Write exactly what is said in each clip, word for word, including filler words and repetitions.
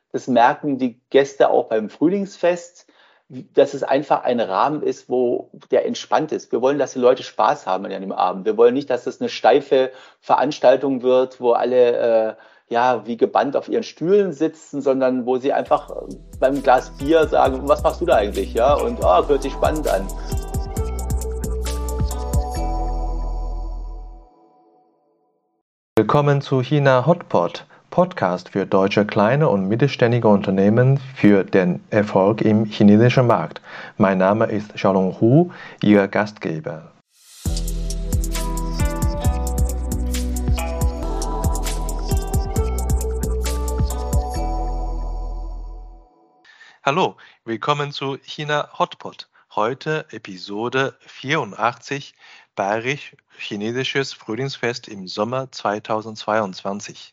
Das merken die Gäste auch beim Frühlingsfest, dass es einfach ein Rahmen ist, wo der entspannt ist. Wir wollen, dass die Leute Spaß haben an dem Abend. Wir wollen nicht, dass das eine steife Veranstaltung wird, wo alle äh, ja wie gebannt auf ihren Stühlen sitzen, sondern wo sie einfach äh, beim Glas Bier sagen, was machst du da eigentlich? Ja, und oh, hört sich spannend an. Willkommen zu China Hotpot, Podcast für deutsche kleine und mittelständige Unternehmen für den Erfolg im chinesischen Markt. Mein Name ist Xiaolong Hu, Ihr Gastgeber. Hallo, willkommen zu China Hotpot. Heute Episode vierundachtzig, Bayerisch-Chinesisches Frühlingsfest im Sommer zweitausendzweiundzwanzig.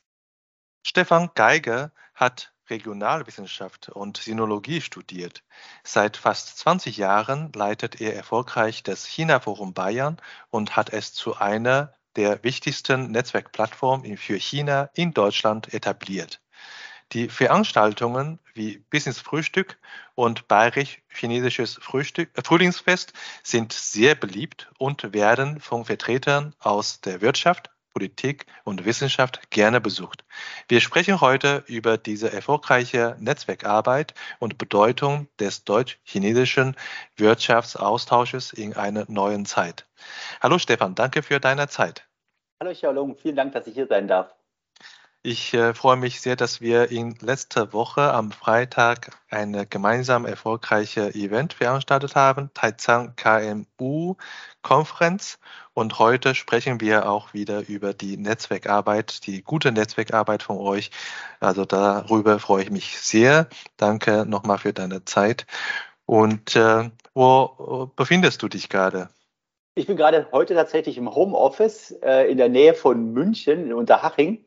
Stefan Geiger hat Regionalwissenschaft und Sinologie studiert. Seit fast zwanzig Jahren leitet er erfolgreich das China-Forum Bayern und hat es zu einer der wichtigsten Netzwerkplattformen für China in Deutschland etabliert. Die Veranstaltungen wie Business Frühstück und Bayerisch-Chinesisches Frühstück, äh, Frühlingsfest sind sehr beliebt und werden von Vertretern aus der Wirtschaft, Politik und Wissenschaft gerne besucht. Wir sprechen heute über diese erfolgreiche Netzwerkarbeit und Bedeutung des deutsch-chinesischen Wirtschaftsaustausches in einer neuen Zeit. Hallo Stefan, danke für deine Zeit. Hallo Xiaolong, vielen Dank, dass ich hier sein darf. Ich äh, freue mich sehr, dass wir in letzter Woche am Freitag eine gemeinsam erfolgreiche Event veranstaltet haben, Taicang K M U-Konferenz. Und heute sprechen wir auch wieder über die Netzwerkarbeit, die gute Netzwerkarbeit von euch. Also darüber freue ich mich sehr. Danke nochmal für deine Zeit. Und äh, wo befindest du dich gerade? Ich bin gerade heute tatsächlich im Homeoffice äh, in der Nähe von München in Unterhaching.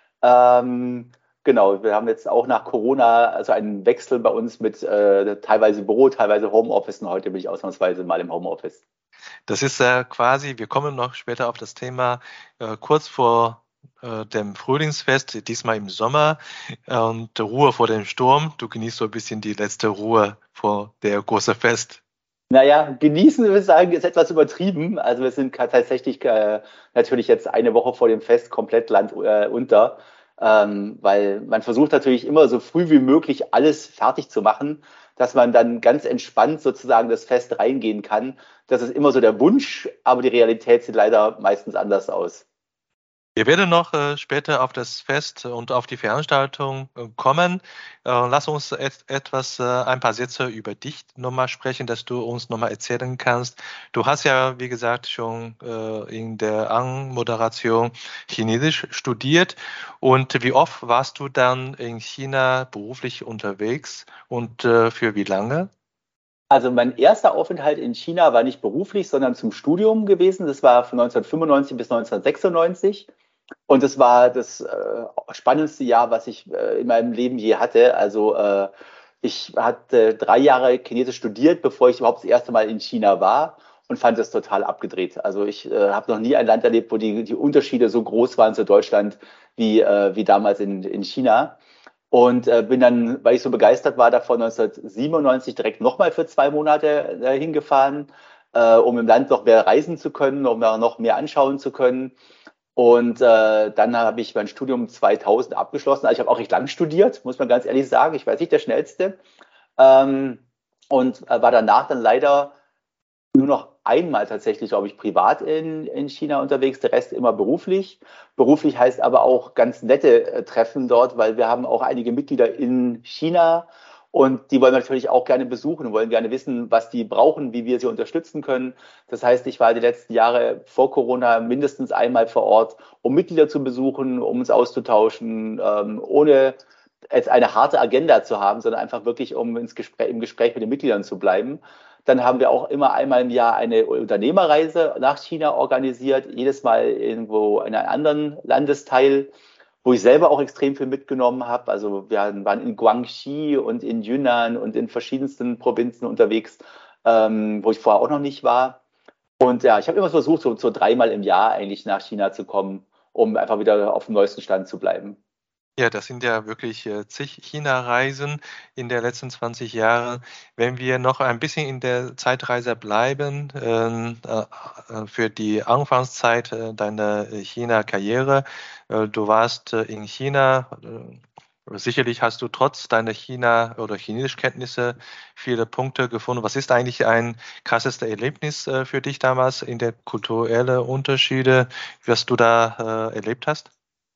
Ähm, genau, wir haben jetzt auch nach Corona also einen Wechsel bei uns mit äh, teilweise Büro, teilweise Homeoffice und heute bin ich ausnahmsweise mal im Homeoffice. Das ist äh, quasi, wir kommen noch später auf das Thema, äh, kurz vor äh, dem Frühlingsfest, diesmal im Sommer, äh, und Ruhe vor dem Sturm. Du genießt so ein bisschen die letzte Ruhe vor der großen Fest. Naja, genießen, würde ich sagen, ist etwas übertrieben. Also wir sind tatsächlich äh, natürlich jetzt eine Woche vor dem Fest komplett landunter, äh, ähm, weil man versucht natürlich immer so früh wie möglich alles fertig zu machen, dass man dann ganz entspannt sozusagen das Fest reingehen kann. Das ist immer so der Wunsch, aber die Realität sieht leider meistens anders aus. Wir werden noch äh, später auf das Fest und auf die Veranstaltung äh, kommen. Äh, lass uns et etwas, äh, ein paar Sätze über dich nochmal sprechen, dass du uns nochmal erzählen kannst. Du hast ja, wie gesagt, schon äh, in der Anmoderation Chinesisch studiert. Und wie oft warst du dann in China beruflich unterwegs und äh, für wie lange? Also mein erster Aufenthalt in China war nicht beruflich, sondern zum Studium gewesen. Das war von neunzehnhundertfünfundneunzig bis neunzehnhundertsechsundneunzig. Und das war das äh, spannendste Jahr, was ich äh, in meinem Leben je hatte. Also äh, ich hatte drei Jahre Chinesisch studiert, bevor ich überhaupt das erste Mal in China war und fand das total abgedreht. Also ich äh, habe noch nie ein Land erlebt, wo die, die Unterschiede so groß waren zu Deutschland wie, äh, wie damals in, in China. Und äh, bin dann, weil ich so begeistert war davon, neunzehnhundertsiebenundneunzig direkt nochmal für zwei Monate äh, hingefahren, äh, um im Land noch mehr reisen zu können, um noch mehr anschauen zu können. Und äh, dann habe ich mein Studium zweitausend abgeschlossen. Also ich habe auch recht lang studiert, muss man ganz ehrlich sagen. Ich war nicht der Schnellste. Ähm, und äh, war danach dann leider nur noch einmal tatsächlich, glaube ich, privat in, in China unterwegs, der Rest immer beruflich. Beruflich heißt aber auch ganz nette äh, Treffen dort, weil wir haben auch einige Mitglieder in China und die wollen wir natürlich auch gerne besuchen und wollen gerne wissen, was die brauchen, wie wir sie unterstützen können. Das heißt, ich war die letzten Jahre vor Corona mindestens einmal vor Ort, um Mitglieder zu besuchen, um uns auszutauschen, ähm, ohne jetzt eine harte Agenda zu haben, sondern einfach wirklich, um ins Gespräch, im Gespräch mit den Mitgliedern zu bleiben. Dann haben wir auch immer einmal im Jahr eine Unternehmerreise nach China organisiert, jedes Mal irgendwo in einem anderen Landesteil, wo ich selber auch extrem viel mitgenommen habe. Also wir waren in Guangxi und in Yunnan und in verschiedensten Provinzen unterwegs, ähm, wo ich vorher auch noch nicht war. Und ja, ich habe immer versucht, so, so dreimal im Jahr eigentlich nach China zu kommen, um einfach wieder auf dem neuesten Stand zu bleiben. Ja, das sind ja wirklich äh, zig China-Reisen in den letzten zwanzig Jahren. Wenn wir noch ein bisschen in der Zeitreise bleiben, ähm, äh, äh, für die Anfangszeit äh, deiner China-Karriere, äh, du warst äh, in China, äh, sicherlich hast du trotz deiner China- oder Chinesischkenntnisse viele Punkte gefunden. Was ist eigentlich ein krassestes Erlebnis äh, für dich damals in der kulturellen Unterschiede, was du da äh, erlebt hast?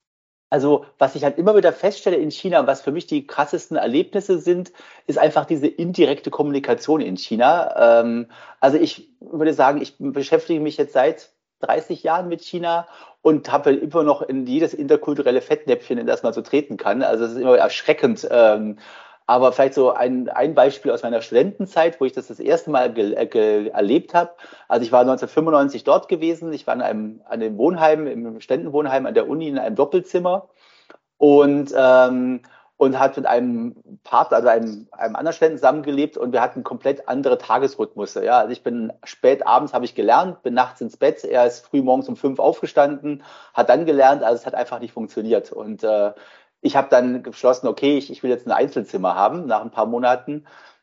Also, was ich halt immer wieder feststelle in China, was für mich die krassesten Erlebnisse sind, ist einfach diese indirekte Kommunikation in China. Ähm, also ich würde sagen, ich beschäftige mich jetzt seit dreißig Jahren mit China und habe immer noch in jedes interkulturelle Fettnäpfchen, in das man so treten kann. Also es ist immer erschreckend. Ähm, aber vielleicht so ein, ein Beispiel aus meiner Studentenzeit, wo ich das das erste Mal ge, äh, ge, erlebt habe. Also ich war neunzehnhundertfünfundneunzig dort gewesen. Ich war in einem, an einem Wohnheim, im Studentenwohnheim an der Uni in einem Doppelzimmer und, ähm, und hat mit einem Partner, also einem, einem anderen Studenten zusammengelebt und wir hatten komplett andere Tagesrhythmusse. Ja, also ich bin spät abends habe ich gelernt, bin nachts ins Bett, er ist früh morgens um fünf aufgestanden, hat dann gelernt, also es hat einfach nicht funktioniert. Und äh, ich habe dann beschlossen, okay, ich, ich will jetzt ein Einzelzimmer haben nach ein paar Monaten.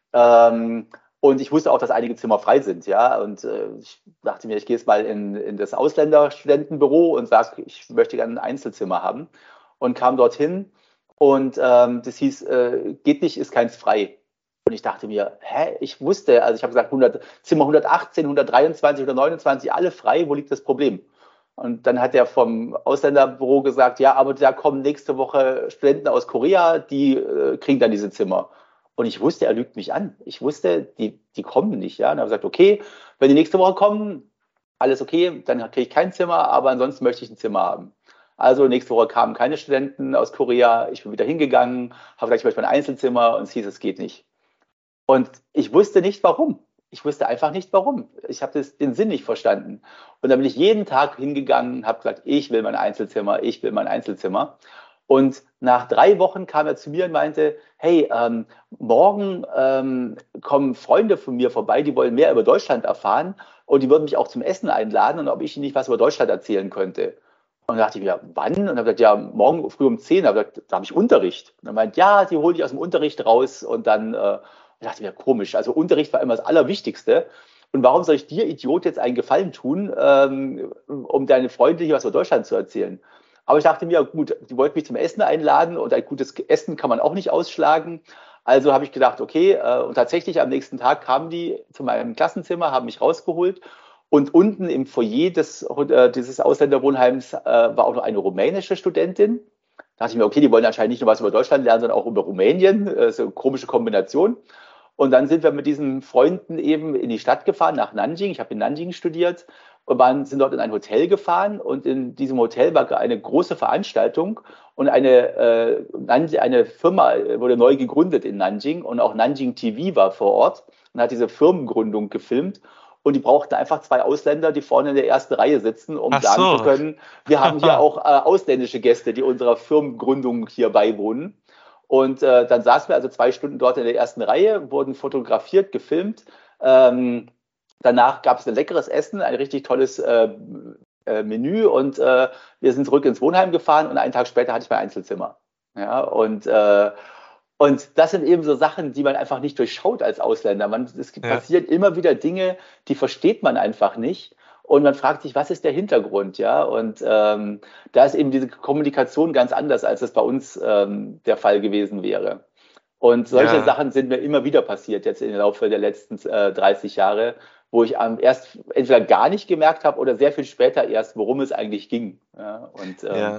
Ähm, und ich wusste auch, dass einige Zimmer frei sind, ja. Und äh, ich dachte mir, ich gehe jetzt mal in, in das Ausländerstudentenbüro und sage, ich möchte gerne ein Einzelzimmer haben. Und kam dorthin und ähm, das hieß, äh, geht nicht, ist keins frei. Und ich dachte mir, hä, ich wusste, also ich habe gesagt, hundert, Zimmer hundertachtzehn, hundertdreiundzwanzig, hundertneunundzwanzig, alle frei, wo liegt das Problem? Und dann hat der vom Ausländerbüro gesagt, ja, aber da kommen nächste Woche Studenten aus Korea, die äh, kriegen dann diese Zimmer. Und ich wusste, er lügt mich an. Ich wusste, die, die kommen nicht, ja. Und er hat gesagt, okay, wenn die nächste Woche kommen, alles okay, dann kriege ich kein Zimmer, aber ansonsten möchte ich ein Zimmer haben. Also nächste Woche kamen keine Studenten aus Korea. Ich bin wieder hingegangen, habe gesagt, ich möchte mein Einzelzimmer und es hieß, es geht nicht. Und ich wusste nicht warum. Ich wusste einfach nicht warum. Ich habe den Sinn nicht verstanden. Und dann bin ich jeden Tag hingegangen, habe gesagt, ich will mein Einzelzimmer, ich will mein Einzelzimmer. Und nach drei Wochen kam er zu mir und meinte, hey, ähm, morgen ähm, kommen Freunde von mir vorbei, die wollen mehr über Deutschland erfahren und die würden mich auch zum Essen einladen und ob ich ihnen nicht was über Deutschland erzählen könnte. Und dann dachte ich mir, wann? Und dann habe ich gesagt, ja, morgen früh um zehn. Da habe ich gesagt, da habe ich Unterricht. Und dann meint, ja, sie holen dich aus dem Unterricht raus und dann äh, ich dachte mir, komisch. Also Unterricht war immer das Allerwichtigste. Und warum soll ich dir, Idiot, jetzt einen Gefallen tun, ähm, um deine Freunde hier was über Deutschland zu erzählen? Aber ich dachte mir, gut, die wollten mich zum Essen einladen und ein gutes Essen kann man auch nicht ausschlagen. Also habe ich gedacht, okay, äh, und tatsächlich am nächsten Tag kamen die zu meinem Klassenzimmer, haben mich rausgeholt. Und unten im Foyer des, äh, dieses Ausländerwohnheims äh, war auch noch eine rumänische Studentin. Da dachte ich mir, okay, die wollen anscheinend nicht nur was über Deutschland lernen, sondern auch über Rumänien. Äh, so eine komische Kombination. Und dann sind wir mit diesen Freunden eben in die Stadt gefahren, nach Nanjing. Ich habe in Nanjing studiert und waren, sind dort in ein Hotel gefahren. Und in diesem Hotel war eine große Veranstaltung und eine, äh, eine Firma wurde neu gegründet in Nanjing und auch Nanjing T V war vor Ort und hat diese Firmengründung gefilmt. Und die brauchten einfach zwei Ausländer, die vorne in der ersten Reihe sitzen, um Ach sagen zu so. können, wir haben hier auch äh, ausländische Gäste, die unserer Firmengründung hier beiwohnen. Und äh, dann saßen wir also zwei Stunden dort in der ersten Reihe, wurden fotografiert, gefilmt. Ähm, danach gab es ein leckeres Essen, ein richtig tolles äh, äh, Menü und äh, wir sind zurück ins Wohnheim gefahren und einen Tag später hatte ich mein Einzelzimmer. Ja, und, äh, und das sind eben so Sachen, die man einfach nicht durchschaut als Ausländer. Man, es Ja. passieren immer wieder Dinge, die versteht man einfach nicht. Und man fragt sich, was ist der Hintergrund, ja? Und ähm, da ist eben diese Kommunikation ganz anders, als es bei uns ähm, der Fall gewesen wäre. Und solche Ja. Sachen sind mir immer wieder passiert, jetzt im Laufe der letzten äh, dreißig Jahre, wo ich ähm, erst entweder gar nicht gemerkt habe oder sehr viel später erst, worum es eigentlich ging. Ja, und ähm, Ja.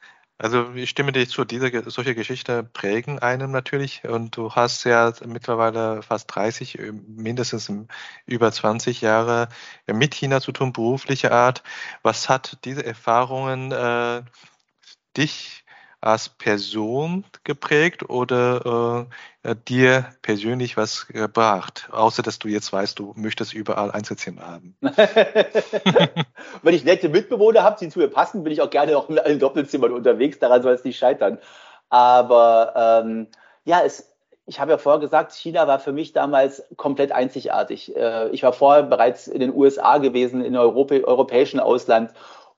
Also ich stimme dir zu, diese Ge- solche Geschichten prägen einem natürlich und du hast ja mittlerweile fast dreißig, äh, mindestens m- über zwanzig Jahre mit China zu tun, beruflicher Art. Was hat diese Erfahrungen äh, dich als Person geprägt oder äh, dir persönlich was gebracht? Außer dass du jetzt weißt, du möchtest überall Einzelzimmer haben. wenn ich nette Mitbewohner habe, die zu mir passen, bin ich auch gerne auch in allen Doppelzimmern unterwegs. Daran soll es nicht scheitern. Aber ähm, ja, es, ich habe ja vorher gesagt, China war für mich damals komplett einzigartig. Äh, ich war vorher bereits in den U S A gewesen, in Europa, europäischen Ausland.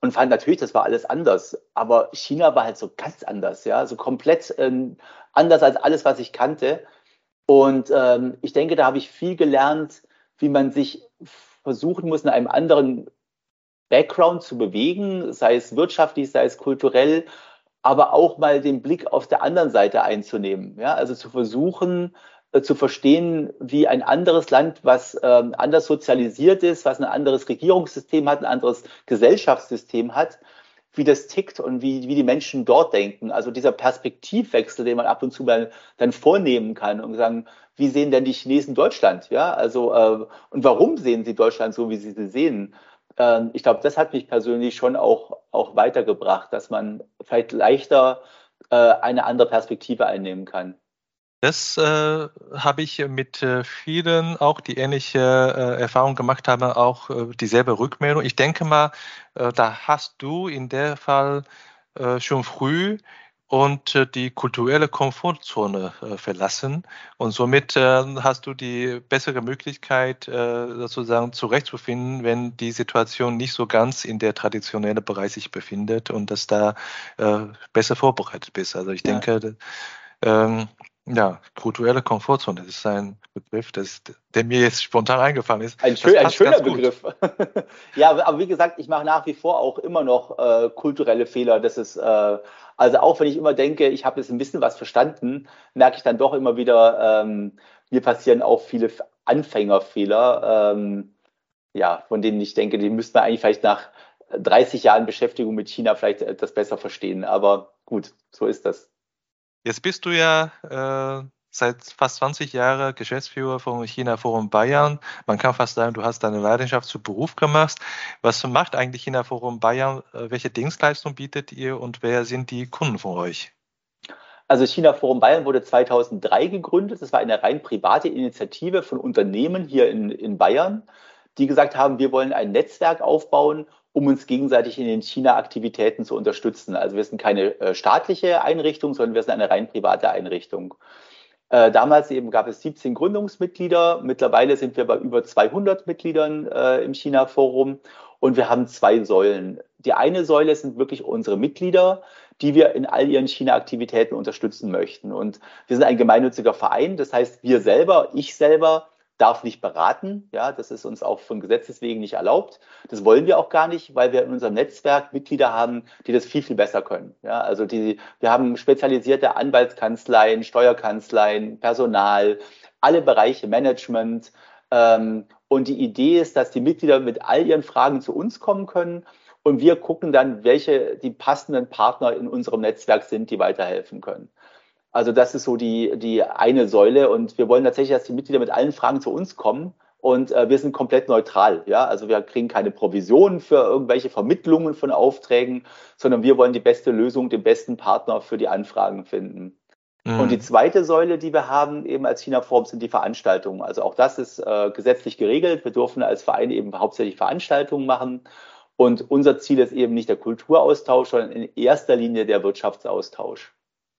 und fand natürlich, das war alles anders. Aber China war halt so ganz anders, ja, so komplett ähm, anders als alles, was ich kannte. Und ähm, ich denke, da habe ich viel gelernt, wie man sich versuchen muss, in einem anderen Background zu bewegen, sei es wirtschaftlich, sei es kulturell, aber auch mal den Blick auf der anderen Seite einzunehmen. Ja, also zu versuchen, äh, zu verstehen, wie ein anderes Land, was ähm, anders sozialisiert ist, was ein anderes Regierungssystem hat, ein anderes Gesellschaftssystem hat, wie das tickt und wie, wie die Menschen dort denken. Also dieser Perspektivwechsel, den man ab und zu mal dann vornehmen kann und sagen, wie sehen denn die Chinesen Deutschland? Ja, also, äh, und warum sehen sie Deutschland so, wie sie sie sehen? Ähm, ich glaube, das hat mich persönlich schon auch, auch weitergebracht, dass man vielleicht leichter äh, eine andere Perspektive einnehmen kann. Das äh, habe ich mit äh, vielen auch, die ähnliche äh, Erfahrung gemacht haben, auch äh, dieselbe Rückmeldung. Ich denke mal, äh, da hast du in der Fall äh, schon früh und äh, die kulturelle Komfortzone äh, verlassen und somit äh, hast du die bessere Möglichkeit, äh, sozusagen zurechtzufinden, wenn die Situation nicht so ganz in der traditionellen Bereich sich befindet und dass da äh, besser vorbereitet bist. Also ich Ja. denke, ähm, ja, kulturelle Komfortzone, das ist ein Begriff, das, der mir jetzt spontan eingefallen ist. Ein, Das schön, ein passt schöner ganz gut. Begriff. Ja, aber, aber wie gesagt, ich mache nach wie vor auch immer noch äh, kulturelle Fehler. Das ist, äh, also auch wenn ich immer denke, ich habe jetzt ein bisschen was verstanden, merke ich dann doch immer wieder, ähm, mir passieren auch viele F- Anfängerfehler, ähm, ja, von denen ich denke, die müsste man eigentlich vielleicht nach dreißig Jahren Beschäftigung mit China vielleicht etwas besser verstehen. Aber gut, so ist das. Jetzt bist du ja äh, seit fast zwanzig Jahren Geschäftsführer von China Forum Bayern. Man kann fast sagen, du hast deine Leidenschaft zu Beruf gemacht. Was macht eigentlich China Forum Bayern? Äh, welche Dienstleistung bietet ihr und wer sind die Kunden von euch? Also China Forum Bayern wurde zweitausenddrei gegründet. Das war eine rein private Initiative von Unternehmen hier in, in Bayern, die gesagt haben, wir wollen ein Netzwerk aufbauen, um uns gegenseitig in den China-Aktivitäten zu unterstützen. Also wir sind keine äh, staatliche Einrichtung, sondern wir sind eine rein private Einrichtung. Äh, damals eben gab es siebzehn Gründungsmitglieder. Mittlerweile sind wir bei über zweihundert Mitgliedern äh, im China-Forum und wir haben zwei Säulen. Die eine Säule sind wirklich unsere Mitglieder, die wir in all ihren China-Aktivitäten unterstützen möchten. Und wir sind ein gemeinnütziger Verein. Das heißt, wir selber, ich selber, darf nicht beraten. Ja, das ist uns auch von Gesetzes wegen nicht erlaubt. Das wollen wir auch gar nicht, weil wir in unserem Netzwerk Mitglieder haben, die das viel, viel besser können. Ja, also die, wir haben spezialisierte Anwaltskanzleien, Steuerkanzleien, Personal, alle Bereiche Management. Ähm, und die Idee ist, dass die Mitglieder mit all ihren Fragen zu uns kommen können und wir gucken dann, welche die passenden Partner in unserem Netzwerk sind, die weiterhelfen können. Also das ist so die, die eine Säule und wir wollen tatsächlich, dass die Mitglieder mit allen Fragen zu uns kommen und äh, wir sind komplett neutral. Ja? Also wir kriegen keine Provisionen für irgendwelche Vermittlungen von Aufträgen, sondern wir wollen die beste Lösung, den besten Partner für die Anfragen finden. Und die Mhm. zweite Säule, die wir haben, eben als China Forum, sind die Veranstaltungen. Also auch das ist äh, gesetzlich geregelt. Wir dürfen als Verein eben hauptsächlich Veranstaltungen machen. Und unser Ziel ist eben nicht der Kulturaustausch, sondern in erster Linie der Wirtschaftsaustausch.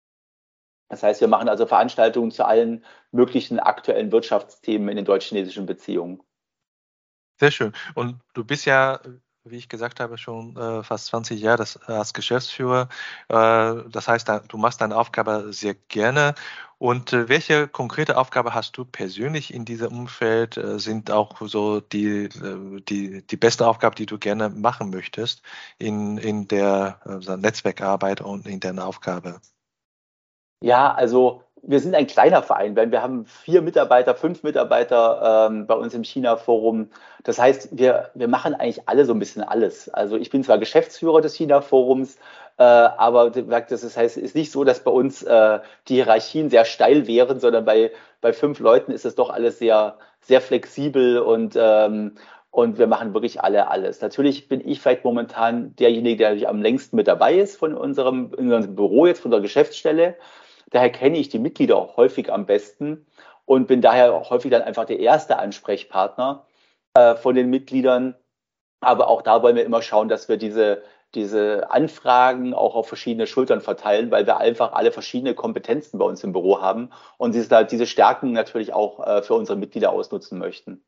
Das heißt, wir machen also Veranstaltungen zu allen möglichen aktuellen Wirtschaftsthemen in den deutsch-chinesischen Beziehungen. Sehr schön. Und du bist ja, wie ich gesagt habe, schon äh, fast zwanzig Jahre das, als Geschäftsführer. Äh, das heißt, da, du machst deine Aufgabe sehr gerne. Und äh, welche konkrete Aufgabe hast du persönlich in diesem Umfeld? Äh, sind auch so die, äh, die, die beste Aufgabe, die du gerne machen möchtest in, in der äh, Netzwerkarbeit und in deiner Aufgabe? Ja, also wir sind ein kleiner Verein, weil wir haben vier Mitarbeiter, fünf Mitarbeiter ähm, bei uns im China-Forum. Das heißt, wir, wir machen eigentlich alle so ein bisschen alles. Also ich bin zwar Geschäftsführer des China-Forums, äh, aber das ist, heißt, ist nicht so, dass bei uns äh, die Hierarchien sehr steil wären, sondern bei, bei fünf Leuten ist es doch alles sehr, sehr flexibel und, ähm, und wir machen wirklich alle alles. Natürlich bin ich vielleicht momentan derjenige, der am längsten mit dabei ist von unserem, in unserem Büro jetzt, von der Geschäftsstelle. Daher kenne ich die Mitglieder auch häufig am besten und bin daher auch häufig dann einfach der erste Ansprechpartner äh, von den Mitgliedern. Aber auch da wollen wir immer schauen, dass wir diese, diese Anfragen auch auf verschiedene Schultern verteilen, weil wir einfach alle verschiedene Kompetenzen bei uns im Büro haben und diese, diese Stärken natürlich auch äh, für unsere Mitglieder ausnutzen möchten.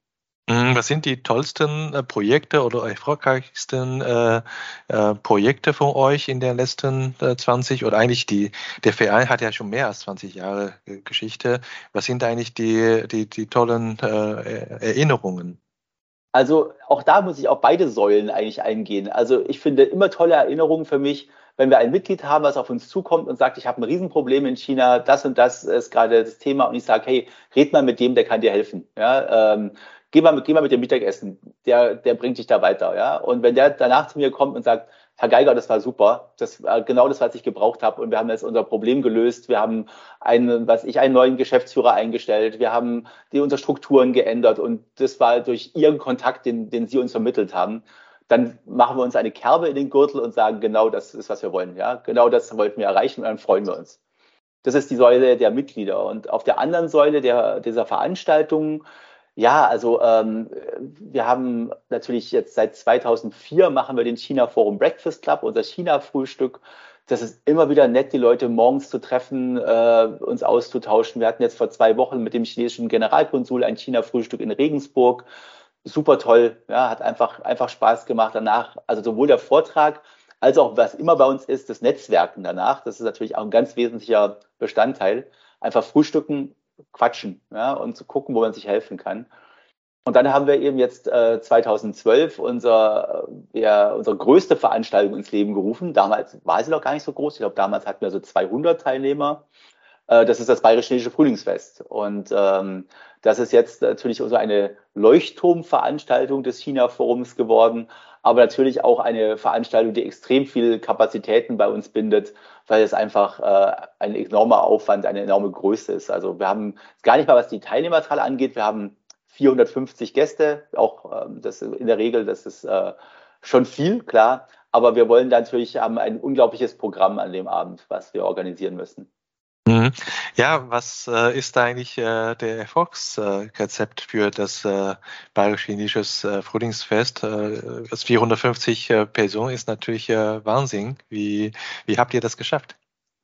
Mm, Was sind die tollsten äh, Projekte oder erfolgreichsten äh, äh, Projekte von euch in den letzten äh, zwanzig oder eigentlich die, der Verein hat ja schon mehr als zwanzig Jahre äh, Geschichte. Was sind eigentlich die, die, die tollen äh, Erinnerungen? Also auch da muss ich auf beide Säulen eigentlich eingehen. Also ich finde immer tolle Erinnerungen für mich, wenn wir ein Mitglied haben, was auf uns zukommt und sagt, ich habe ein Riesenproblem in China, das und das ist gerade das Thema und ich sage, hey, red mal mit dem, der kann dir helfen. Ja, ähm, geh mal, mit, geh mal mit dem Mittagessen, der, der bringt dich da weiter. Ja, und wenn der danach zu mir kommt und sagt, Herr Geiger, das war super, das war genau das, was ich gebraucht habe und wir haben jetzt unser Problem gelöst, wir haben einen, was ich, einen neuen Geschäftsführer eingestellt, wir haben die unsere Strukturen geändert und das war durch ihren Kontakt, den, den sie uns vermittelt haben. Dann machen wir uns eine Kerbe in den Gürtel und sagen, genau das ist, was wir wollen. Ja, genau das wollten wir erreichen und dann freuen wir uns. Das ist die Säule der Mitglieder. Und auf der anderen Säule der, dieser Veranstaltungen, ja, also ähm, wir haben natürlich jetzt seit zweitausendvier machen wir den China Forum Breakfast Club, unser China-Frühstück. Das ist immer wieder nett, die Leute morgens zu treffen, äh, uns auszutauschen. Wir hatten jetzt vor zwei Wochen mit dem chinesischen Generalkonsul ein China-Frühstück in Regensburg. Super toll, ja, hat einfach, einfach Spaß gemacht danach. Also sowohl der Vortrag als auch was immer bei uns ist, das Netzwerken danach. Das ist natürlich auch ein ganz wesentlicher Bestandteil. Einfach frühstücken, quatschen, ja, und zu gucken, wo man sich helfen kann. Und dann haben wir eben jetzt äh, zweitausendzwölf unser, äh, ja, unsere größte Veranstaltung ins Leben gerufen. Damals war sie noch gar nicht so groß. Ich glaube, damals hatten wir so zweihundert Teilnehmer. Äh, das ist das Bayerisch-Chinesische Frühlingsfest. Und ähm, das ist jetzt natürlich so eine Leuchtturmveranstaltung des China-Forums geworden, aber natürlich auch eine Veranstaltung, die extrem viel Kapazitäten bei uns bindet, weil es einfach äh, ein enormer Aufwand, eine enorme Größe ist. Also wir haben gar nicht mal, was die Teilnehmerzahl angeht, wir haben vierhundertfünfzig Gäste, auch ähm, das in der Regel, das ist äh, schon viel, klar, aber wir wollen da natürlich haben ein unglaubliches Programm an dem Abend, was wir organisieren müssen. Mhm. Ja, was äh, ist eigentlich äh, der Erfolgsrezept für das äh, bayerisch-chinesisches äh, Frühlingsfest? Äh, das vierhundertfünfzig äh, Personen ist natürlich äh, Wahnsinn. Wie, wie habt ihr das geschafft?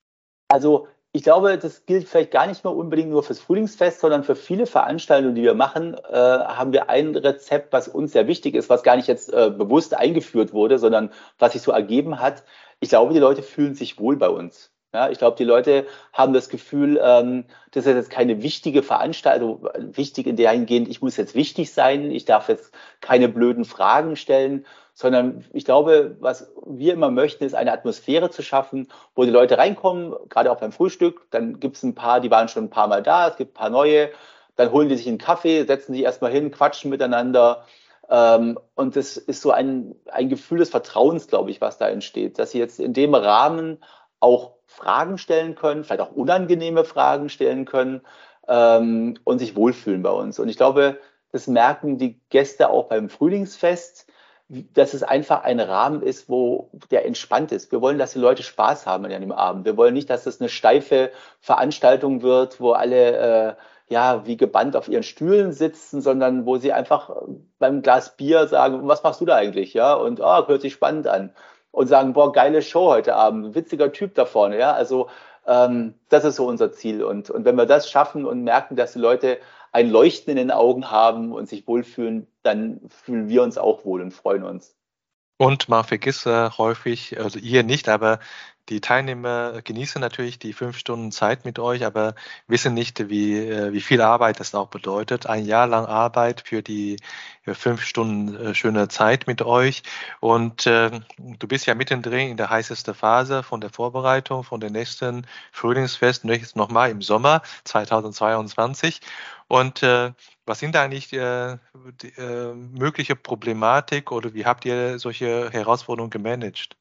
Also ich glaube, das gilt vielleicht gar nicht mal unbedingt nur fürs Frühlingsfest, sondern für viele Veranstaltungen, die wir machen, äh, haben wir ein Rezept, was uns sehr wichtig ist, was gar nicht jetzt äh, bewusst eingeführt wurde, sondern was sich so ergeben hat. Ich glaube, die Leute fühlen sich wohl bei uns. Ja, ich glaube, die Leute haben das Gefühl, ähm, das ist jetzt keine wichtige Veranstaltung, wichtig in der hingehend, ich muss jetzt wichtig sein, ich darf jetzt keine blöden Fragen stellen, sondern ich glaube, was wir immer möchten, ist eine Atmosphäre zu schaffen, wo die Leute reinkommen, gerade auch beim Frühstück. Dann gibt es ein paar, die waren schon ein paar Mal da, es gibt ein paar neue. Dann holen die sich einen Kaffee, setzen sich erstmal hin, quatschen miteinander. Ähm, und das ist so ein, ein Gefühl des Vertrauens, glaube ich, was da entsteht, dass sie jetzt in dem Rahmen auch Fragen stellen können, vielleicht auch unangenehme Fragen stellen können ähm, und sich wohlfühlen bei uns. Und ich glaube, das merken die Gäste auch beim Frühlingsfest, dass es einfach ein Rahmen ist, wo der entspannt ist. Wir wollen, dass die Leute Spaß haben an dem Abend. Wir wollen nicht, dass es eine steife Veranstaltung wird, wo alle äh, ja wie gebannt auf ihren Stühlen sitzen, sondern wo sie einfach beim Glas Bier sagen, was machst du da eigentlich? Ja, und ah, hört sich spannend an. Und sagen, boah, geile Show heute Abend, witziger Typ da vorne, ja. Also ähm, das ist so unser Ziel. Und, und wenn wir das schaffen und merken, dass die Leute ein Leuchten in den Augen haben und sich wohlfühlen, dann fühlen wir uns auch wohl und freuen uns. Und man vergisst äh, häufig, also ihr nicht, aber die Teilnehmer genießen natürlich die fünf Stunden Zeit mit euch, aber wissen nicht, wie, äh, wie viel Arbeit das auch bedeutet. Ein Jahr lang Arbeit für die äh, fünf Stunden äh, schöne Zeit mit euch. Und äh, du bist ja mittendrin in der heißesten Phase von der Vorbereitung von dem nächsten Frühlingsfest, jetzt nochmal im Sommer zweitausendzweiundzwanzig. Und äh, was sind eigentlich äh, die, äh, mögliche Problematik oder wie habt ihr solche Herausforderungen gemanagt?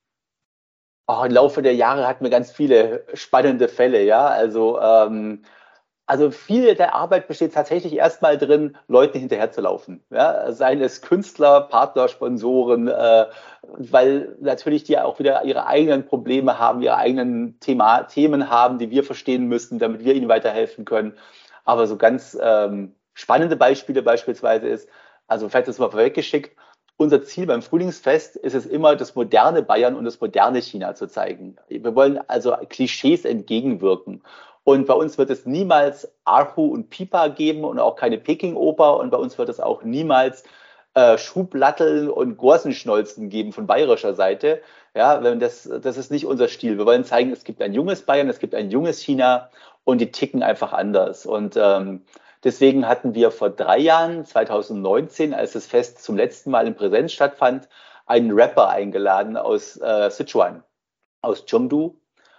Oh, im Laufe der Jahre hatten wir ganz viele spannende Fälle, ja. Also, ähm, also viel der Arbeit besteht tatsächlich erstmal drin, Leuten hinterherzulaufen. Ja? Seien es Künstler, Partner, Sponsoren, äh, weil natürlich die auch wieder ihre eigenen Probleme haben, ihre eigenen Thema, Themen haben, die wir verstehen müssen, damit wir ihnen weiterhelfen können. Aber so ganz ähm, spannende Beispiele beispielsweise ist, also vielleicht das mal vorweggeschickt, unser Ziel beim Frühlingsfest ist es immer, das moderne Bayern und das moderne China zu zeigen. Wir wollen also Klischees entgegenwirken. Und bei uns wird es niemals Erhu und Pipa geben und auch keine Peking-Oper. Und bei uns wird es auch niemals äh, Schublatteln und Gorsenschnolzen geben von bayerischer Seite. Ja, wenn das, das ist nicht unser Stil. Wir wollen zeigen, es gibt ein junges Bayern, es gibt ein junges China und die ticken einfach anders. Und ähm, deswegen hatten wir vor drei Jahren, zwanzig neunzehn, als das Fest zum letzten Mal in Präsenz stattfand, einen Rapper eingeladen aus äh, Sichuan, aus Chengdu.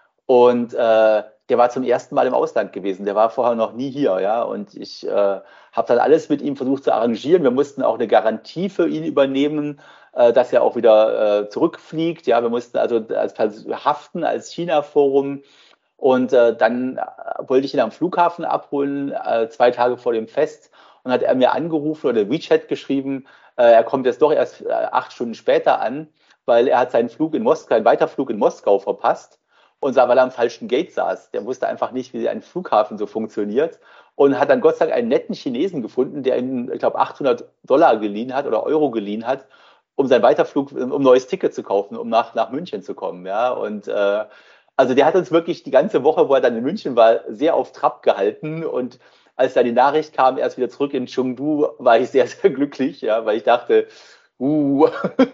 Und äh, der war zum ersten Mal im Ausland gewesen. Der war vorher noch nie hier, ja. Und ich äh, habe dann alles mit ihm versucht zu arrangieren. Wir mussten auch eine Garantie für ihn übernehmen, äh, dass er auch wieder äh, zurückfliegt. Ja, wir mussten also als haften als China-Forum. Und äh, dann wollte ich ihn am Flughafen abholen, äh, zwei Tage vor dem Fest. Und hat er mir angerufen oder WeChat geschrieben, äh, er kommt jetzt doch erst äh, acht Stunden später an, weil er hat seinen Flug in Moskau, einen Weiterflug in Moskau verpasst. Und zwar, weil er am falschen Gate saß. Der wusste einfach nicht, wie ein Flughafen so funktioniert. Und hat dann Gott sei Dank einen netten Chinesen gefunden, der ihm, ich glaube, achthundert Dollar geliehen hat oder Euro geliehen hat, um seinen Weiterflug, um ein neues Ticket zu kaufen, um nach, nach München zu kommen. Ja, und äh, also der hat uns wirklich die ganze Woche, wo er dann in München war, sehr auf Trab gehalten. Und als dann die Nachricht kam, erst wieder zurück in Chengdu, war ich sehr, sehr glücklich, ja, weil ich dachte, uh,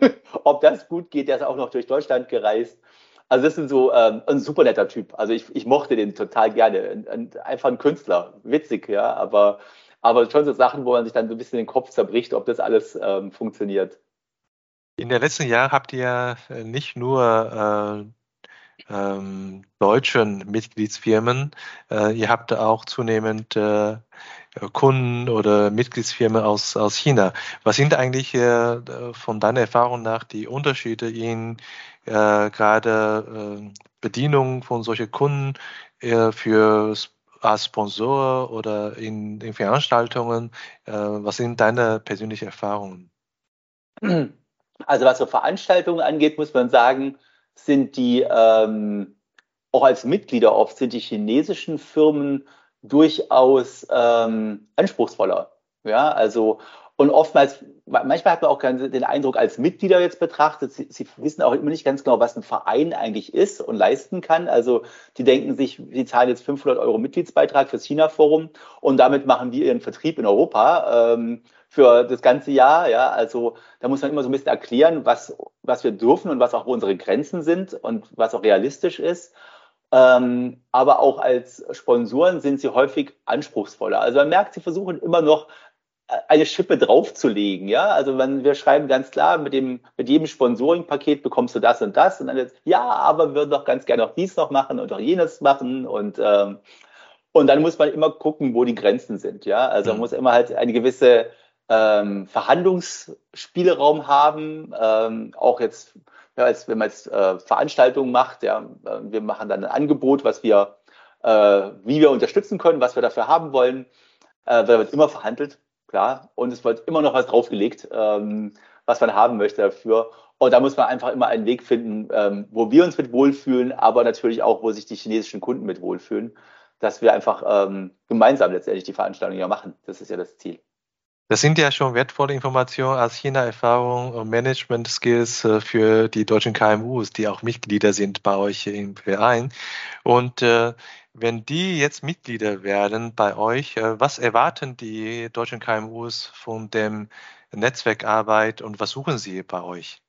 ob das gut geht, der ist auch noch durch Deutschland gereist. Also das ist so ähm, ein super netter Typ. Also ich, ich mochte den total gerne. Ein, ein, einfach ein Künstler, witzig, ja, aber, aber schon so Sachen, wo man sich dann so ein bisschen den Kopf zerbricht, ob das alles ähm, funktioniert. In den letzten Jahren habt ihr äh, nicht nur äh, ähm, deutschen Mitgliedsfirmen, äh, ihr habt auch zunehmend äh, Kunden oder Mitgliedsfirmen aus, aus China. Was sind eigentlich äh, von deiner Erfahrung nach die Unterschiede in äh, gerade äh, Bedienung von solchen Kunden äh, für als Sponsor oder in, in Veranstaltungen? Äh, was sind deine persönlichen Erfahrungen? Also was so Veranstaltungen angeht, muss man sagen, sind die ähm, auch als Mitglieder oft sind die chinesischen Firmen durchaus ähm, anspruchsvoller. Ja, also und oftmals, manchmal hat man auch den Eindruck, als Mitglieder jetzt betrachtet, sie, sie wissen auch immer nicht ganz genau, was ein Verein eigentlich ist und leisten kann. Also die denken sich, sie zahlen jetzt fünfhundert Euro Mitgliedsbeitrag fürs China-Forum und damit machen die ihren Vertrieb in Europa ähm, für das ganze Jahr. Ja, also da muss man immer so ein bisschen erklären, was, was wir dürfen und was auch unsere Grenzen sind und was auch realistisch ist. Ähm, aber auch als Sponsoren sind sie häufig anspruchsvoller. Also man merkt, sie versuchen immer noch eine Schippe draufzulegen, ja. Also man, wir schreiben ganz klar, mit dem, mit jedem Sponsoring-Paket bekommst du das und das und dann jetzt, ja, aber wir würden doch ganz gerne auch dies noch machen und auch jenes machen und ähm, und dann muss man immer gucken, wo die Grenzen sind, ja. Also man muss immer halt eine gewisse ähm, Verhandlungsspielraum haben, ähm, auch jetzt, ja, als wenn man jetzt äh, Veranstaltungen macht, ja, äh, wir machen dann ein Angebot, was wir, äh, wie wir unterstützen können, was wir dafür haben wollen, äh, da wird immer verhandelt, klar, und es wird immer noch was draufgelegt, ähm, was man haben möchte dafür. Und da muss man einfach immer einen Weg finden, ähm, wo wir uns mit wohlfühlen, aber natürlich auch, wo sich die chinesischen Kunden mit wohlfühlen, dass wir einfach ähm, gemeinsam letztendlich die Veranstaltung ja machen. Das ist ja das Ziel. Das sind ja schon wertvolle Informationen als China-Erfahrung und Management-Skills äh, für die deutschen K M Us, die auch Mitglieder sind bei euch im Verein. Und äh, wenn die jetzt Mitglieder werden bei euch, äh, was erwarten die deutschen K M Us von dem Netzwerkarbeit und was suchen sie bei euch?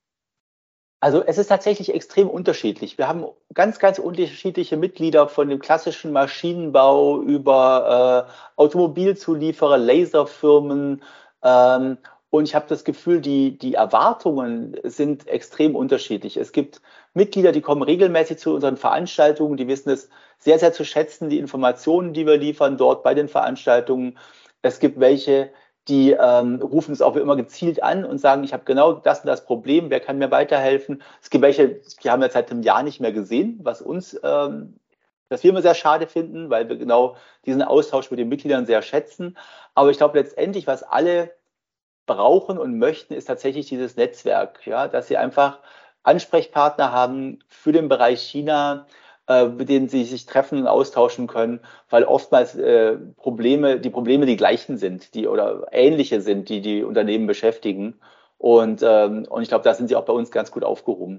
Also es ist tatsächlich extrem unterschiedlich. Wir haben ganz, ganz unterschiedliche Mitglieder von dem klassischen Maschinenbau über äh, Automobilzulieferer, Laserfirmen. Ähm, und ich habe das Gefühl, die, die Erwartungen sind extrem unterschiedlich. Es gibt Mitglieder, die kommen regelmäßig zu unseren Veranstaltungen, die wissen es sehr, sehr zu schätzen, die Informationen, die wir liefern dort bei den Veranstaltungen. Es gibt welche, die ähm, rufen es auch immer gezielt an und sagen, ich habe genau das und das Problem, wer kann mir weiterhelfen? Es gibt welche, die haben wir seit einem Jahr nicht mehr gesehen, was uns, ähm, was wir immer sehr schade finden, weil wir genau diesen Austausch mit den Mitgliedern sehr schätzen. Aber ich glaube letztendlich, was alle brauchen und möchten, ist tatsächlich dieses Netzwerk, ja, dass sie einfach Ansprechpartner haben für den Bereich China, äh, mit denen sie sich treffen und austauschen können, weil oftmals äh, Probleme, die Probleme die gleichen sind, die oder ähnliche sind, die die Unternehmen beschäftigen. Und, ähm, und ich glaube, da sind sie auch bei uns ganz gut aufgehoben.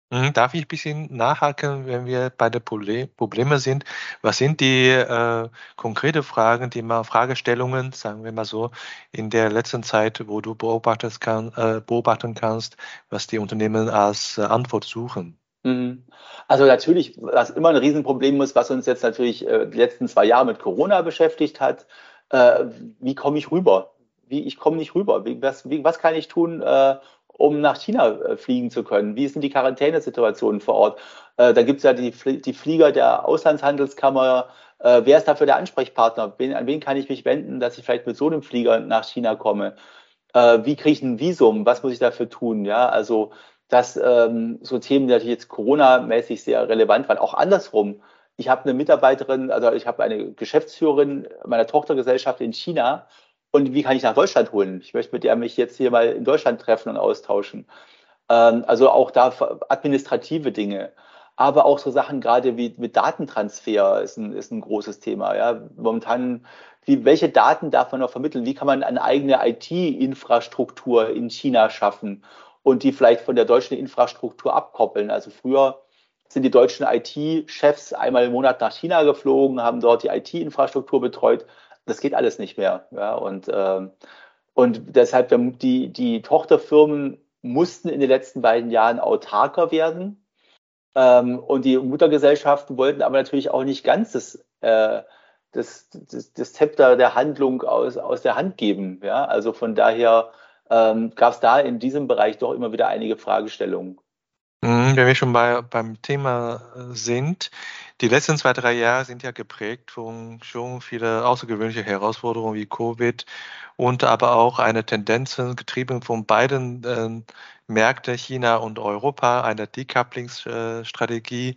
Hm, Darf ich ein bisschen nachhaken, wenn wir bei den Proble Probleme sind? Was sind die äh, konkrete Fragen, die man, Fragestellungen, sagen wir mal so, in der letzten Zeit, wo du beobachtet kann, äh, beobachten kannst, was die Unternehmen als äh, Antwort suchen? Mhm. Also natürlich, was immer ein Riesenproblem ist, was uns jetzt natürlich äh, die letzten zwei Jahre mit Corona beschäftigt hat, äh, wie komme ich rüber? Wie, ich komme nicht rüber. Wie, was, wie, was kann ich tun, äh, um nach China äh, fliegen zu können? Wie sind die Quarantänesituationen vor Ort? Äh, da gibt es ja die, Fl- die Flieger der Auslandshandelskammer. Äh, wer ist dafür der Ansprechpartner? Wen, an wen kann ich mich wenden, dass ich vielleicht mit so einem Flieger nach China komme? Äh, wie kriege ich ein Visum? Was muss ich dafür tun? Ja, also dass ähm, so Themen, die natürlich jetzt Corona-mäßig sehr relevant waren, auch andersrum. Ich habe eine Mitarbeiterin, also ich habe eine Geschäftsführerin meiner Tochtergesellschaft in China und wie kann ich nach Deutschland holen? Ich möchte mit der mich jetzt hier mal in Deutschland treffen und austauschen. Ähm, also auch da administrative Dinge. Aber auch so Sachen gerade wie mit Datentransfer ist ein, ist ein großes Thema. Ja. Momentan, wie, welche Daten darf man noch vermitteln? Wie kann man eine eigene I T-Infrastruktur in China schaffen und die vielleicht von der deutschen Infrastruktur abkoppeln? Also früher sind die deutschen I T-Chefs einmal im Monat nach China geflogen, haben dort die I T-Infrastruktur betreut. Das geht alles nicht mehr. Ja. Und, ähm, und deshalb die, die Tochterfirmen mussten in den letzten beiden Jahren autarker werden. Ähm, und die Muttergesellschaften wollten aber natürlich auch nicht ganz das, äh, das, das, das Zepter der Handlung aus, aus der Hand geben. Ja? Also von daher ähm, gab es da in diesem Bereich doch immer wieder einige Fragestellungen. Mhm, Wenn wir schon bei, beim Thema äh, sind, die letzten zwei, drei Jahre sind ja geprägt von schon viele außergewöhnliche Herausforderungen wie Covid und aber auch eine Tendenz, getrieben von beiden äh, Märkten, China und Europa, eine Decouplingsstrategie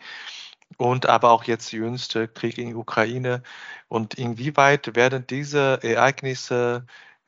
und aber auch jetzt jüngste Krieg in Ukraine. Und inwieweit werden diese Ereignisse äh,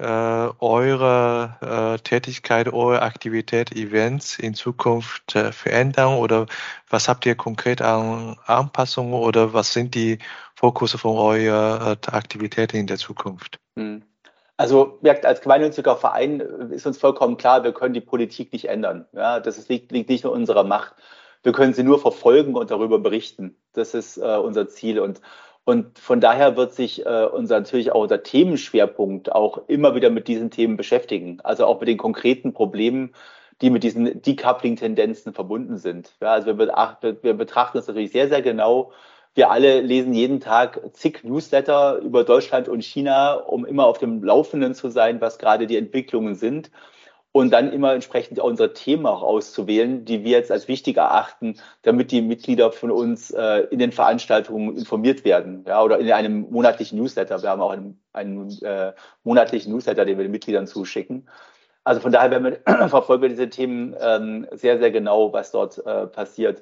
eure äh, Tätigkeit, eure Aktivität, Events in Zukunft äh, verändern oder was habt ihr konkret an Anpassungen oder was sind die Fokusse von eurer äh, Aktivität in der Zukunft? Hm. Also merkt, als gemeinnütziger Verein äh, ist uns vollkommen klar, wir können die Politik nicht ändern. Ja, das ist, liegt, liegt nicht in unserer Macht. Wir können sie nur verfolgen und darüber berichten. Das ist äh, unser Ziel. Und, und von daher wird sich äh, unser natürlich auch unser Themenschwerpunkt auch immer wieder mit diesen Themen beschäftigen. Also auch mit den konkreten Problemen, die mit diesen Decoupling-Tendenzen verbunden sind. Ja, also wir, beachten, wir betrachten das natürlich sehr, sehr genau. Wir alle lesen jeden Tag zig Newsletter über Deutschland und China, um immer auf dem Laufenden zu sein, was gerade die Entwicklungen sind. Und dann immer entsprechend auch unsere Themen auch auszuwählen, die wir jetzt als wichtig erachten, damit die Mitglieder von uns äh, in den Veranstaltungen informiert werden. Ja, oder in einem monatlichen Newsletter. Wir haben auch einen, einen äh, monatlichen Newsletter, den wir den Mitgliedern zuschicken. Also von daher werden wir, verfolgen wir diese Themen ähm, sehr, sehr genau, was dort äh, passiert.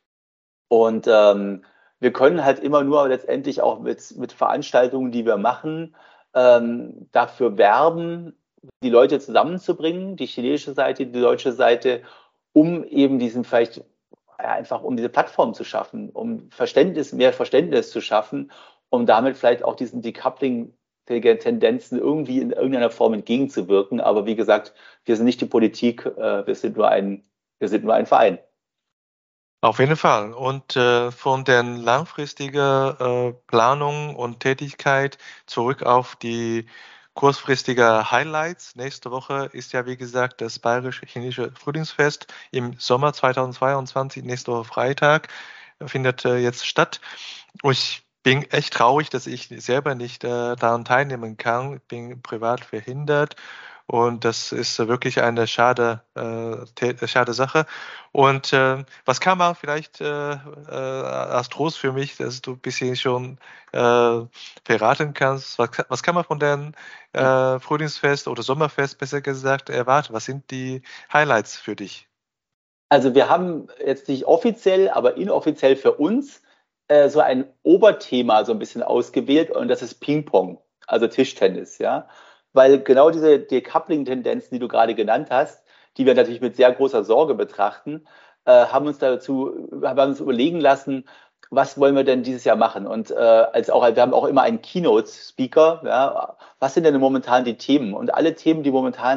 Und ähm, wir können halt immer nur letztendlich auch mit, mit Veranstaltungen, die wir machen, ähm, dafür werben, die Leute zusammenzubringen, die chinesische Seite, die deutsche Seite, um eben diesen vielleicht ja, einfach um diese Plattform zu schaffen, um Verständnis, mehr Verständnis zu schaffen, um damit vielleicht auch diesen Decoupling-Tendenzen irgendwie in irgendeiner Form entgegenzuwirken. Aber wie gesagt, wir sind nicht die Politik, äh, wir sind nur ein, wir sind nur ein Verein. Auf jeden Fall. Und äh, von der langfristigen äh, Planung und Tätigkeit zurück auf die kurzfristige Highlights. Nächste Woche ist ja, wie gesagt, das Bayerisch-Chinesische Frühlingsfest im Sommer zweitausendzweiundzwanzig, nächste Woche Freitag, äh, findet äh, jetzt statt. Und ich bin echt traurig, dass ich selber nicht äh, daran teilnehmen kann. Bin privat verhindert. Und das ist wirklich eine schade, äh, tä- schade Sache. Und äh, was kann man vielleicht äh, äh, als Trost für mich, dass du ein bisschen schon äh, verraten kannst, was, was kann man von dem äh, Frühlingsfest oder Sommerfest besser gesagt erwarten? Was sind die Highlights für dich? Also wir haben jetzt nicht offiziell, aber inoffiziell für uns äh, so ein Oberthema so ein bisschen ausgewählt und das ist Ping-Pong, also Tischtennis, ja. Weil genau diese Decoupling-Tendenzen, die du gerade genannt hast, die wir natürlich mit sehr großer Sorge betrachten, äh, haben uns dazu, haben uns überlegen lassen, was wollen wir denn dieses Jahr machen? Und äh, als auch, wir haben auch immer einen Keynote-Speaker, ja, was sind denn momentan die Themen? Und alle Themen, die momentan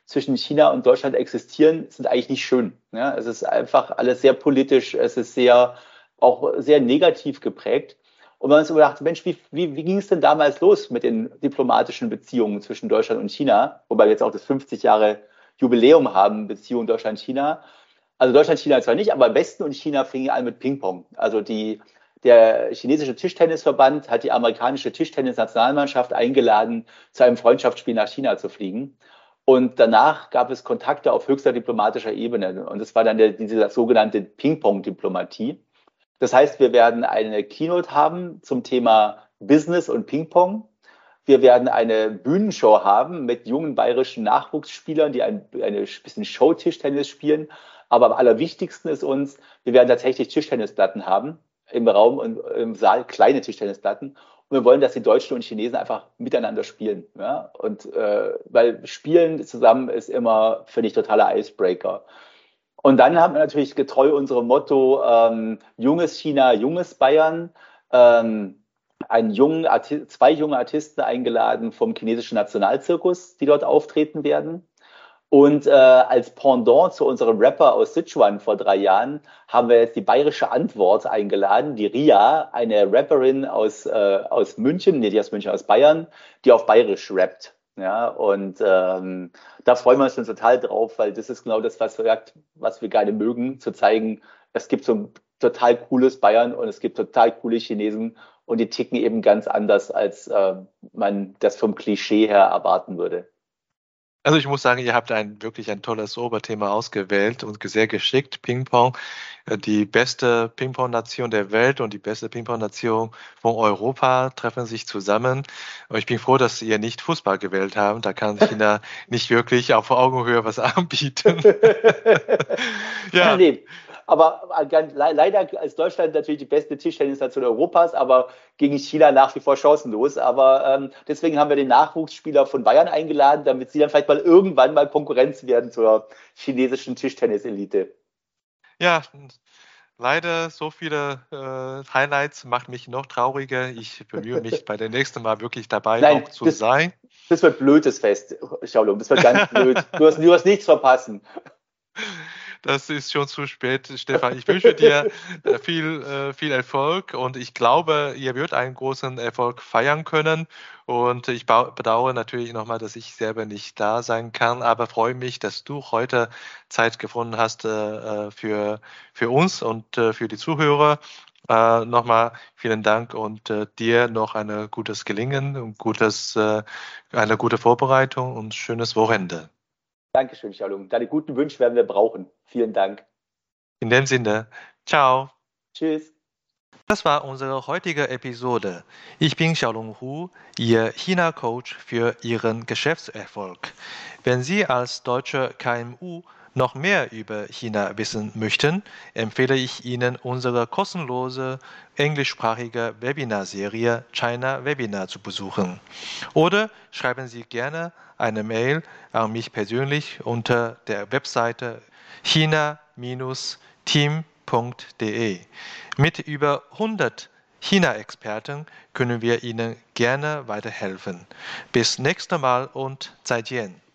zwischen China und Deutschland existieren, sind eigentlich nicht schön. Ja, es ist einfach alles sehr politisch, es ist sehr, auch sehr negativ geprägt. Und man hat sich gedacht, Mensch, wie, wie, wie ging es denn damals los mit den diplomatischen Beziehungen zwischen Deutschland und China? Wobei wir jetzt auch das fünfzig Jahre Jubiläum haben, Beziehung Deutschland-China. Also Deutschland-China zwar nicht, aber Westen und China fingen an mit Ping-Pong. Also die, der chinesische Tischtennisverband hat die amerikanische Tischtennis-Nationalmannschaft eingeladen, zu einem Freundschaftsspiel nach China zu fliegen. Und danach gab es Kontakte auf höchster diplomatischer Ebene. Und das war dann der, diese sogenannte Ping-Pong-Diplomatie. Das heißt, wir werden eine Keynote haben zum Thema Business und Ping-Pong. Wir werden eine Bühnenshow haben mit jungen bayerischen Nachwuchsspielern, die ein, eine bisschen Show-Tischtennis spielen. Aber am allerwichtigsten ist uns, wir werden tatsächlich Tischtennisplatten haben im Raum und im Saal, kleine Tischtennisplatten. Und wir wollen, dass die Deutschen und Chinesen einfach miteinander spielen. Ja? Und äh, weil Spielen zusammen ist immer, finde ich, totaler Icebreaker. Und dann haben wir natürlich getreu unserem Motto ähm, junges China, junges Bayern, ähm, einen jungen Arti- zwei junge Artisten eingeladen vom chinesischen Nationalzirkus, die dort auftreten werden. Und äh, als Pendant zu unserem Rapper aus Sichuan vor drei Jahren haben wir jetzt die bayerische Antwort eingeladen, die Ria, eine Rapperin aus, äh, aus München, nee, die aus München, aus Bayern, die auf Bayerisch rappt. Ja, und ähm, da freuen wir uns schon total drauf, weil das ist genau das, was wir, was wir gerne mögen, zu zeigen, es gibt so ein total cooles Bayern und es gibt total coole Chinesen und die ticken eben ganz anders, als äh, man das vom Klischee her erwarten würde. Also ich muss sagen, ihr habt ein wirklich ein tolles Oberthema ausgewählt und sehr geschickt. Ping-Pong, äh, die beste Ping-Pong-Nation der Welt und die beste Ping-Pong-Nation von Europa treffen sich zusammen. Und ich bin froh, dass ihr nicht Fußball gewählt habt. Da kann China nicht wirklich auf Augenhöhe was anbieten. Ja. Nee. Aber leider ist Deutschland natürlich die beste Tischtennisnation Europas, aber gegen China nach wie vor chancenlos. Aber ähm, deswegen haben wir den Nachwuchsspieler von Bayern eingeladen, damit sie dann vielleicht mal irgendwann mal Konkurrenz werden zur chinesischen Tischtennis-Elite. Ja, leider so viele äh, Highlights macht mich noch trauriger. Ich bemühe mich bei der nächsten Mal wirklich dabei Nein, auch zu das, sein. Das wird blöd, das Fest, Xiaolong. Das wird ganz blöd. Du wirst, du wirst nichts verpassen. Das ist schon zu spät, Stefan. Ich wünsche dir viel, viel Erfolg und ich glaube, ihr werdet einen großen Erfolg feiern können. Und ich bedauere natürlich nochmal, dass ich selber nicht da sein kann, aber freue mich, dass du heute Zeit gefunden hast für, für uns und für die Zuhörer. Äh, nochmal vielen Dank und äh, dir noch ein gutes Gelingen und gutes, äh, eine gute Vorbereitung und schönes Wochenende. Dankeschön, Xiaolong. Deine guten Wünsche werden wir brauchen. Vielen Dank. In dem Sinne, ciao. Tschüss. Das war unsere heutige Episode. Ich bin Xiaolong Hu, Ihr China-Coach für Ihren Geschäftserfolg. Wenn Sie als deutsche K M U noch mehr über China wissen möchten, empfehle ich Ihnen unsere kostenlose englischsprachige Webinarserie China Webinar zu besuchen. Oder schreiben Sie gerne eine Mail an mich persönlich unter der Webseite china Bindestrich team punkt de. Mit über hundert China-Experten können wir Ihnen gerne weiterhelfen. Bis nächstes Mal und 再见.